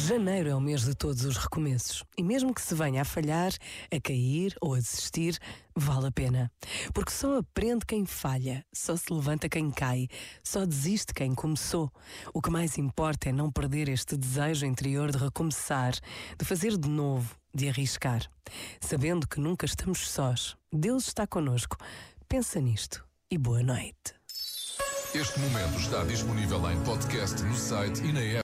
Janeiro é o mês de todos os recomeços e mesmo que se venha a falhar, a cair ou a desistir, vale a pena. Porque só aprende quem falha, só se levanta quem cai, só desiste quem começou. O que mais importa é não perder este desejo interior de recomeçar, de fazer de novo, de arriscar. Sabendo que nunca estamos sós, Deus está connosco. Pensa nisto e boa noite. Este momento está disponível em podcast no site e na app.